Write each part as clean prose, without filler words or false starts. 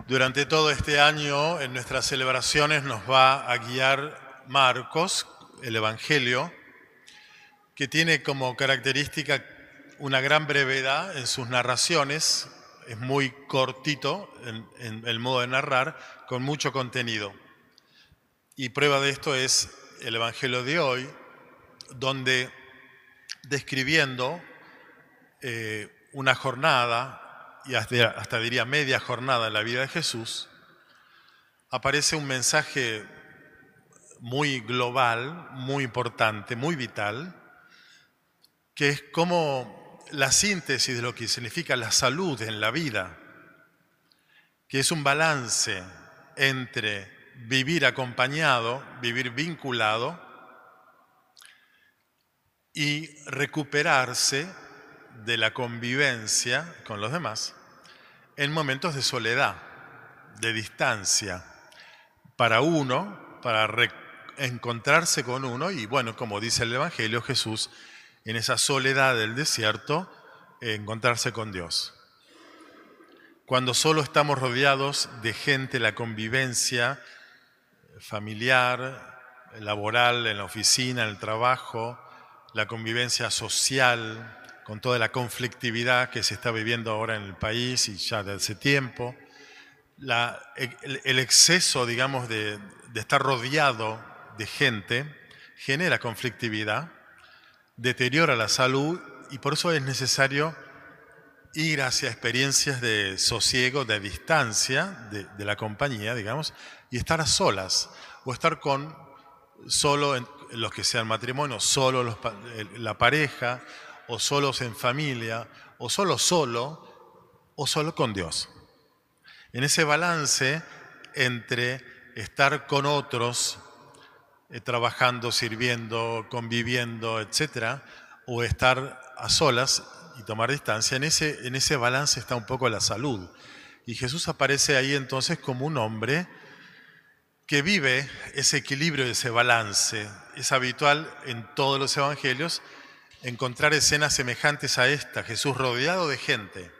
Durante todo este año, en nuestras celebraciones, nos va a guiar Marcos, el Evangelio, que tiene como característica una gran brevedad en sus narraciones, es muy cortito en el modo de narrar, con mucho contenido. Y prueba de esto es el Evangelio de hoy, donde describiendo una jornada, y hasta diría media jornada en la vida de Jesús, aparece un mensaje muy global, muy importante, muy vital, que es como la síntesis de lo que significa la salud en la vida, que es un balance entre vivir acompañado, vivir vinculado y recuperarse de la convivencia con los demás en momentos de soledad, de distancia, para uno, para encontrarse con uno y bueno, como dice el Evangelio, Jesús, en esa soledad del desierto, encontrarse con Dios. Cuando solo estamos rodeados de gente, la convivencia familiar, laboral, en la oficina, en el trabajo, la convivencia social, con toda la conflictividad que se está viviendo ahora en el país y ya de hace tiempo, el exceso, digamos, de estar rodeado de gente genera conflictividad, deteriora la salud y por eso es necesario ir hacia experiencias de sosiego, de distancia, de la compañía, digamos, y estar a solas o estar con solo en los que sean matrimonios, solo la pareja, o solos en familia, o solo con Dios. En ese balance entre estar con otros, trabajando, sirviendo, conviviendo, etcétera, o estar a solas y tomar distancia, en ese balance está un poco la salud. Y Jesús aparece ahí entonces como un hombre que vive ese equilibrio y ese balance. Es habitual en todos los evangelios encontrar escenas semejantes a esta, Jesús rodeado de gente.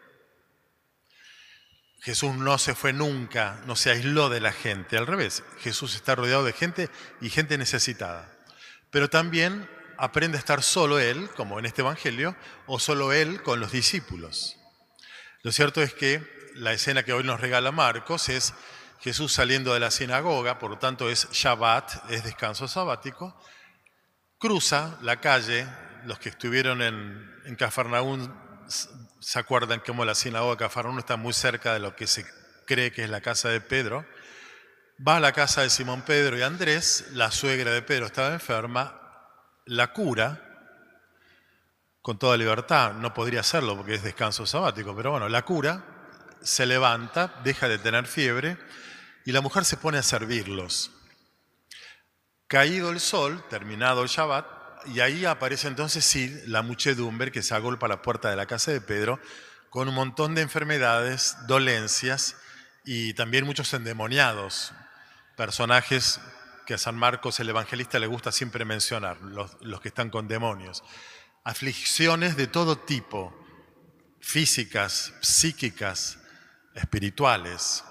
Jesús no se fue nunca, no se aisló de la gente, al revés, Jesús está rodeado de gente y gente necesitada. Pero también aprende a estar solo Él, como en este Evangelio, o solo Él con los discípulos. Lo cierto es que la escena que hoy nos regala Marcos es Jesús saliendo de la sinagoga, por lo tanto es Shabbat, es descanso sabático, cruza la calle. Los que estuvieron en Cafarnaún se acuerdan cómo la sinagoga de Cafarnaún está muy cerca de lo que se cree que es la casa de Pedro. Va a la casa de Simón Pedro y Andrés, la suegra de Pedro estaba enferma, la cura con toda libertad, no podría hacerlo porque es descanso sabático, pero bueno, la cura, se levanta, deja de tener fiebre y la mujer se pone a servirlos. Caído el sol, terminado el Shabbat, y ahí aparece entonces sí la muchedumbre que se agolpa a la puerta de la casa de Pedro con un montón de enfermedades, dolencias y también muchos endemoniados, personajes que a San Marcos el evangelista le gusta siempre mencionar, los que están con demonios. Aflicciones de todo tipo, físicas, psíquicas, espirituales,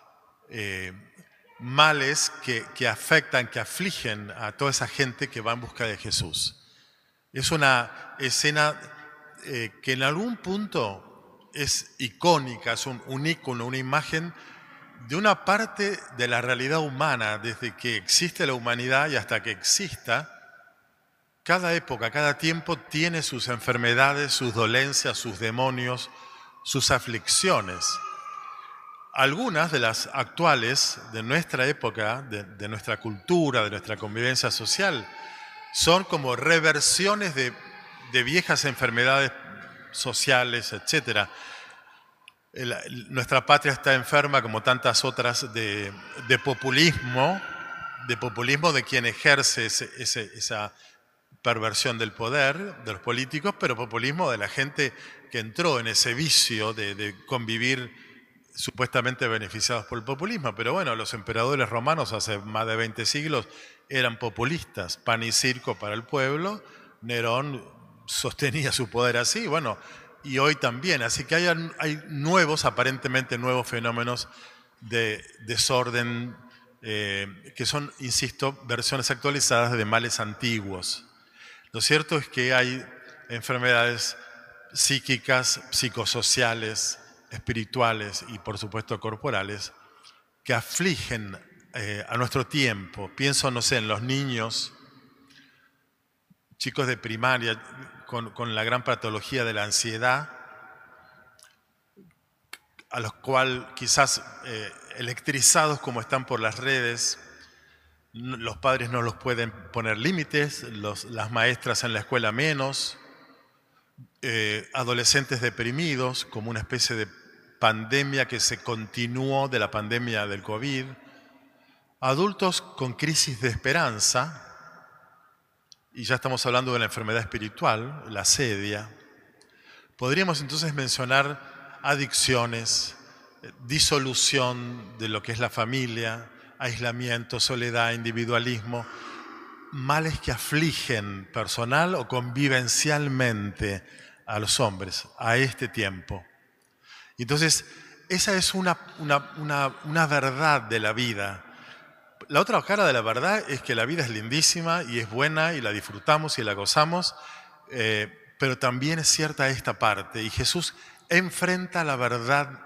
males que afectan, que afligen a toda esa gente que va en busca de Jesús. Es una escena que en algún punto es icónica, es un ícono, una imagen de una parte de la realidad humana, desde que existe la humanidad y hasta que exista. Cada época, cada tiempo tiene sus enfermedades, sus dolencias, sus demonios, sus aflicciones. Algunas de las actuales de nuestra época, de nuestra cultura, de nuestra convivencia social, son como reversiones de viejas enfermedades sociales, etc. Nuestra patria está enferma, como tantas otras, de populismo de quien ejerce esa perversión del poder, de los políticos, pero populismo de la gente que entró en ese vicio de convivir supuestamente beneficiados por el populismo. Pero bueno, los emperadores romanos hace más de 20 siglos eran populistas, pan y circo para el pueblo. Nerón sostenía su poder así, bueno, y hoy también. Así que hay nuevos, aparentemente nuevos fenómenos de desorden, que son, insisto, versiones actualizadas de males antiguos. Lo cierto es que hay enfermedades psíquicas, psicosociales, espirituales y por supuesto corporales que afligen a nuestro tiempo. Pienso, no sé, en los niños, chicos de primaria con la gran patología de la ansiedad, a los cuales quizás electrizados como están por las redes, los padres no los pueden poner límites, las maestras en la escuela menos, adolescentes deprimidos como una especie de pandemia que se continuó de la pandemia del COVID, adultos con crisis de esperanza, y ya estamos hablando de la enfermedad espiritual, la sedia. Podríamos entonces mencionar adicciones, disolución de lo que es la familia, aislamiento, soledad, individualismo, males que afligen personal o convivencialmente a los hombres a este tiempo. Entonces, esa es una verdad de la vida. La otra cara de la verdad es que la vida es lindísima y es buena y la disfrutamos y la gozamos, pero también es cierta esta parte. Y Jesús enfrenta la verdad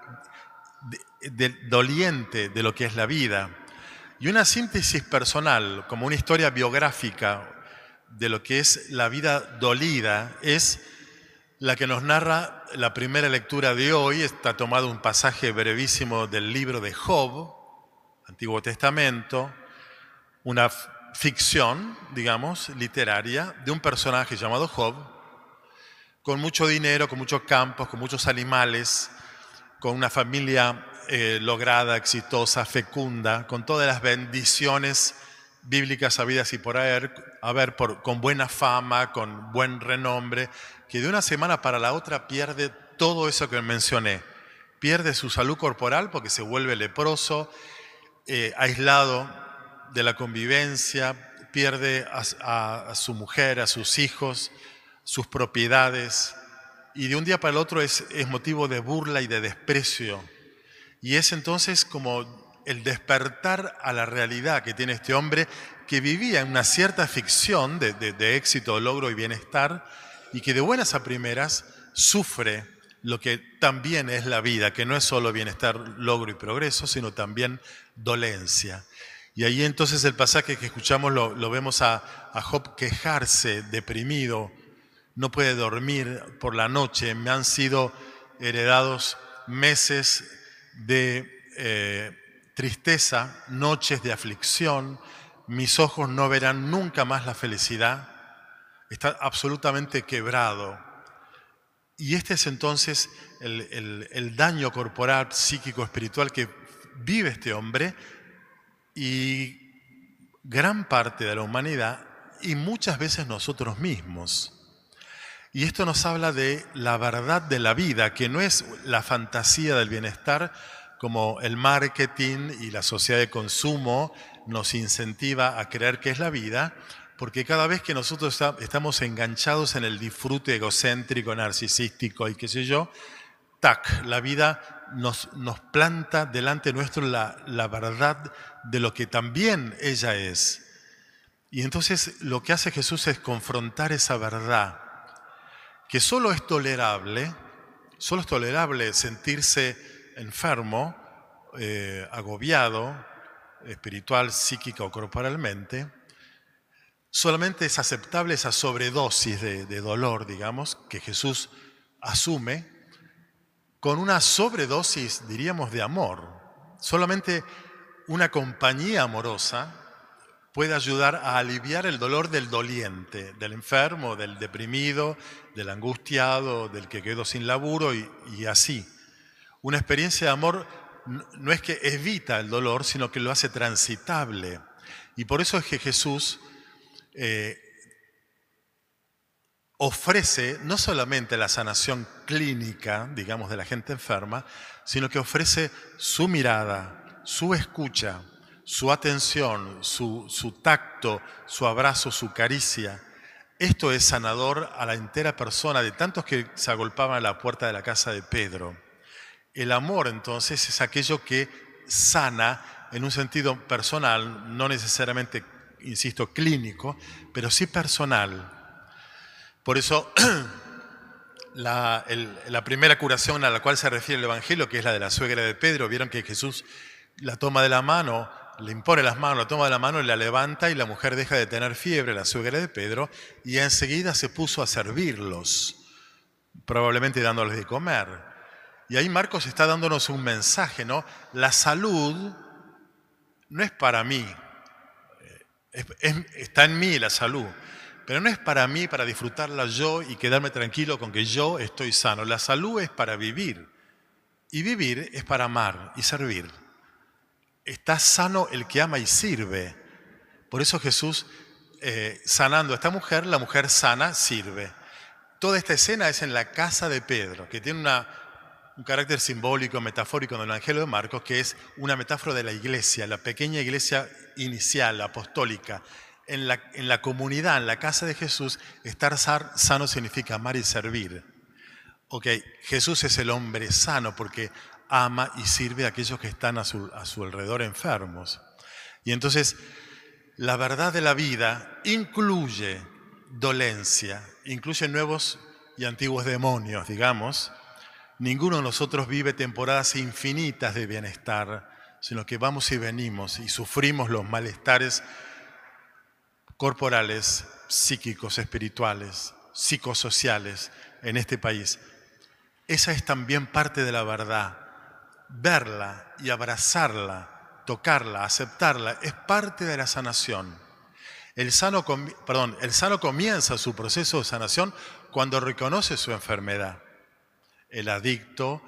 doliente de lo que es la vida. Y una síntesis personal, como una historia biográfica de lo que es la vida dolida, es la que nos narra la primera lectura de hoy. Está tomado un pasaje brevísimo del libro de Job, Antiguo Testamento, una ficción, digamos, literaria, de un personaje llamado Job, con mucho dinero, con muchos campos, con muchos animales, con una familia lograda, exitosa, fecunda, con todas las bendiciones bíblicas habidas y por haber, con buena fama, con buen renombre, que de una semana para la otra pierde todo eso que mencioné. Pierde su salud corporal porque se vuelve leproso, aislado de la convivencia, pierde a su mujer, a sus hijos, sus propiedades, y de un día para el otro es motivo de burla y de desprecio. Y es entonces como el despertar a la realidad que tiene este hombre, que vivía en una cierta ficción de éxito, logro y bienestar, y que de buenas a primeras sufre lo que también es la vida, que no es solo bienestar, logro y progreso, sino también dolencia. Y ahí entonces el pasaje que escuchamos lo vemos a Job quejarse, deprimido, no puede dormir por la noche, me han sido heredados meses de tristeza, noches de aflicción, mis ojos no verán nunca más la felicidad, está absolutamente quebrado. Y este es entonces el daño corporal, psíquico, espiritual que vive este hombre y gran parte de la humanidad y muchas veces nosotros mismos. Y esto nos habla de la verdad de la vida, que no es la fantasía del bienestar como el marketing y la sociedad de consumo nos incentiva a creer que es la vida, porque cada vez que nosotros estamos enganchados en el disfrute egocéntrico, narcisístico y qué sé yo, tac, la vida nos planta delante nuestro la verdad de lo que también ella es. Y entonces lo que hace Jesús es confrontar esa verdad, que solo es tolerable sentirse enfermo, agobiado, espiritual, psíquica o corporalmente. Solamente es aceptable esa sobredosis de dolor, digamos, que Jesús asume, con una sobredosis, diríamos, de amor. Solamente una compañía amorosa puede ayudar a aliviar el dolor del doliente, del enfermo, del deprimido, del angustiado, del que quedó sin laburo y así. Una experiencia de amor no es que evita el dolor, sino que lo hace transitable. Y por eso es que Jesús ofrece no solamente la sanación clínica, digamos, de la gente enferma, sino que ofrece su mirada, su escucha, su atención, su tacto, su abrazo, su caricia. Esto es sanador a la entera persona de tantos que se agolpaban a la puerta de la casa de Pedro. El amor, entonces, es aquello que sana en un sentido personal, no necesariamente, insisto, clínico, pero sí personal. Por eso la primera curación a la cual se refiere el Evangelio, que es la de la suegra de Pedro, vieron que Jesús la toma de la mano, le impone las manos, la toma de la mano y la levanta y la mujer deja de tener fiebre, la suegra de Pedro, y enseguida se puso a servirlos, probablemente dándoles de comer. Y ahí Marcos está dándonos un mensaje, ¿no? La salud no es para mí, está en mí la salud, pero no es para mí, para disfrutarla yo y quedarme tranquilo con que yo estoy sano. La salud es para vivir, y vivir es para amar y servir. Está sano el que ama y sirve. Por eso Jesús, sanando a esta mujer, la mujer sana sirve. Toda esta escena es en la casa de Pedro, que tiene un carácter simbólico, metafórico en el Evangelio de Marcos, que es una metáfora de la iglesia, la pequeña iglesia inicial, apostólica. En la comunidad, en la casa de Jesús, estar sano significa amar y servir. Ok, Jesús es el hombre sano porque ama y sirve a aquellos que están a su alrededor enfermos. Y entonces, la verdad de la vida incluye dolencia, incluye nuevos y antiguos demonios, digamos. Ninguno de nosotros vive temporadas infinitas de bienestar, sino que vamos y venimos y sufrimos los malestares corporales, psíquicos, espirituales, psicosociales en este país. Esa es también parte de la verdad. Verla y abrazarla, tocarla, aceptarla, es parte de la sanación. El sano comienza su proceso de sanación cuando reconoce su enfermedad. El adicto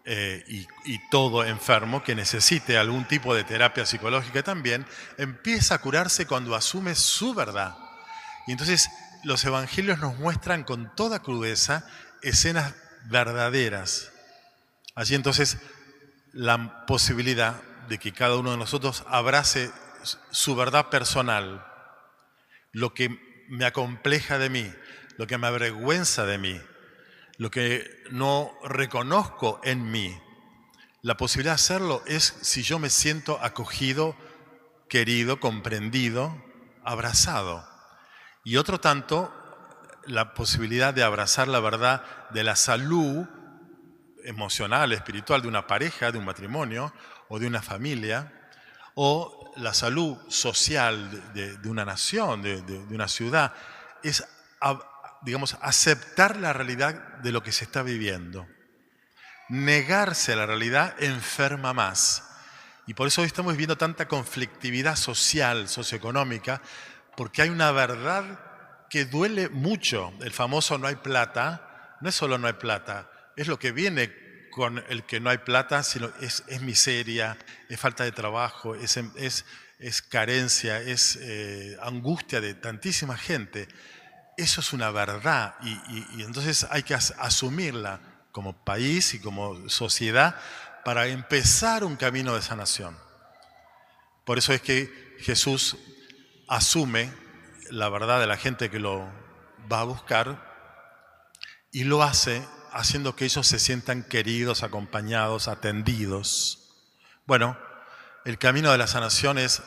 y todo enfermo que necesite algún tipo de terapia psicológica también, empieza a curarse cuando asume su verdad. Y entonces los evangelios nos muestran con toda crudeza escenas verdaderas. Allí entonces la posibilidad de que cada uno de nosotros abrace su verdad personal, lo que me acompleja de mí, lo que me avergüenza de mí, lo que no reconozco en mí. La posibilidad de hacerlo es si yo me siento acogido, querido, comprendido, abrazado. Y otro tanto, la posibilidad de abrazar la verdad de la salud emocional, espiritual de una pareja, de un matrimonio o de una familia, o la salud social de una nación, de una ciudad, es, digamos, aceptar la realidad de lo que se está viviendo. Negarse a la realidad enferma más. Y por eso hoy estamos viviendo tanta conflictividad social, socioeconómica, porque hay una verdad que duele mucho. El famoso no hay plata, no es solo no hay plata, es lo que viene con el que no hay plata, sino es miseria, es falta de trabajo, es carencia, es angustia de tantísima gente. Eso es una verdad y entonces hay que asumirla como país y como sociedad para empezar un camino de sanación. Por eso es que Jesús asume la verdad de la gente que lo va a buscar y lo hace haciendo que ellos se sientan queridos, acompañados, atendidos. Bueno, el camino de la sanación es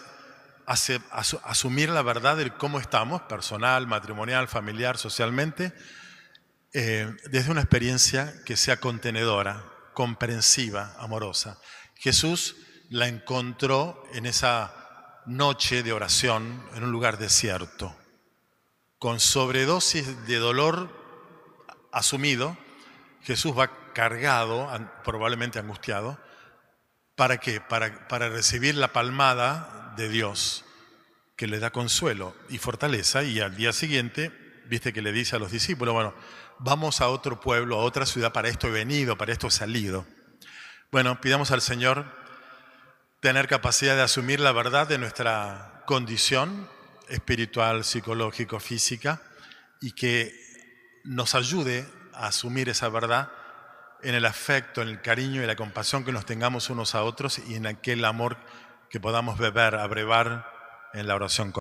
asumir la verdad de cómo estamos, personal, matrimonial, familiar, socialmente, desde una experiencia que sea contenedora, comprensiva, amorosa. Jesús la encontró en esa noche de oración en un lugar desierto, con sobredosis de dolor asumido. Jesús va cargado, probablemente angustiado. ¿Para qué? Para recibir la palmada de Dios, que le da consuelo y fortaleza, y al día siguiente, viste que le dice a los discípulos, bueno, vamos a otro pueblo, a otra ciudad, para esto he venido, para esto he salido. Bueno, pidamos al Señor tener capacidad de asumir la verdad de nuestra condición espiritual, psicológico, física, y que nos ayude a asumir esa verdad en el afecto, en el cariño y la compasión que nos tengamos unos a otros y en aquel amor que podamos beber, abrevar en la oración.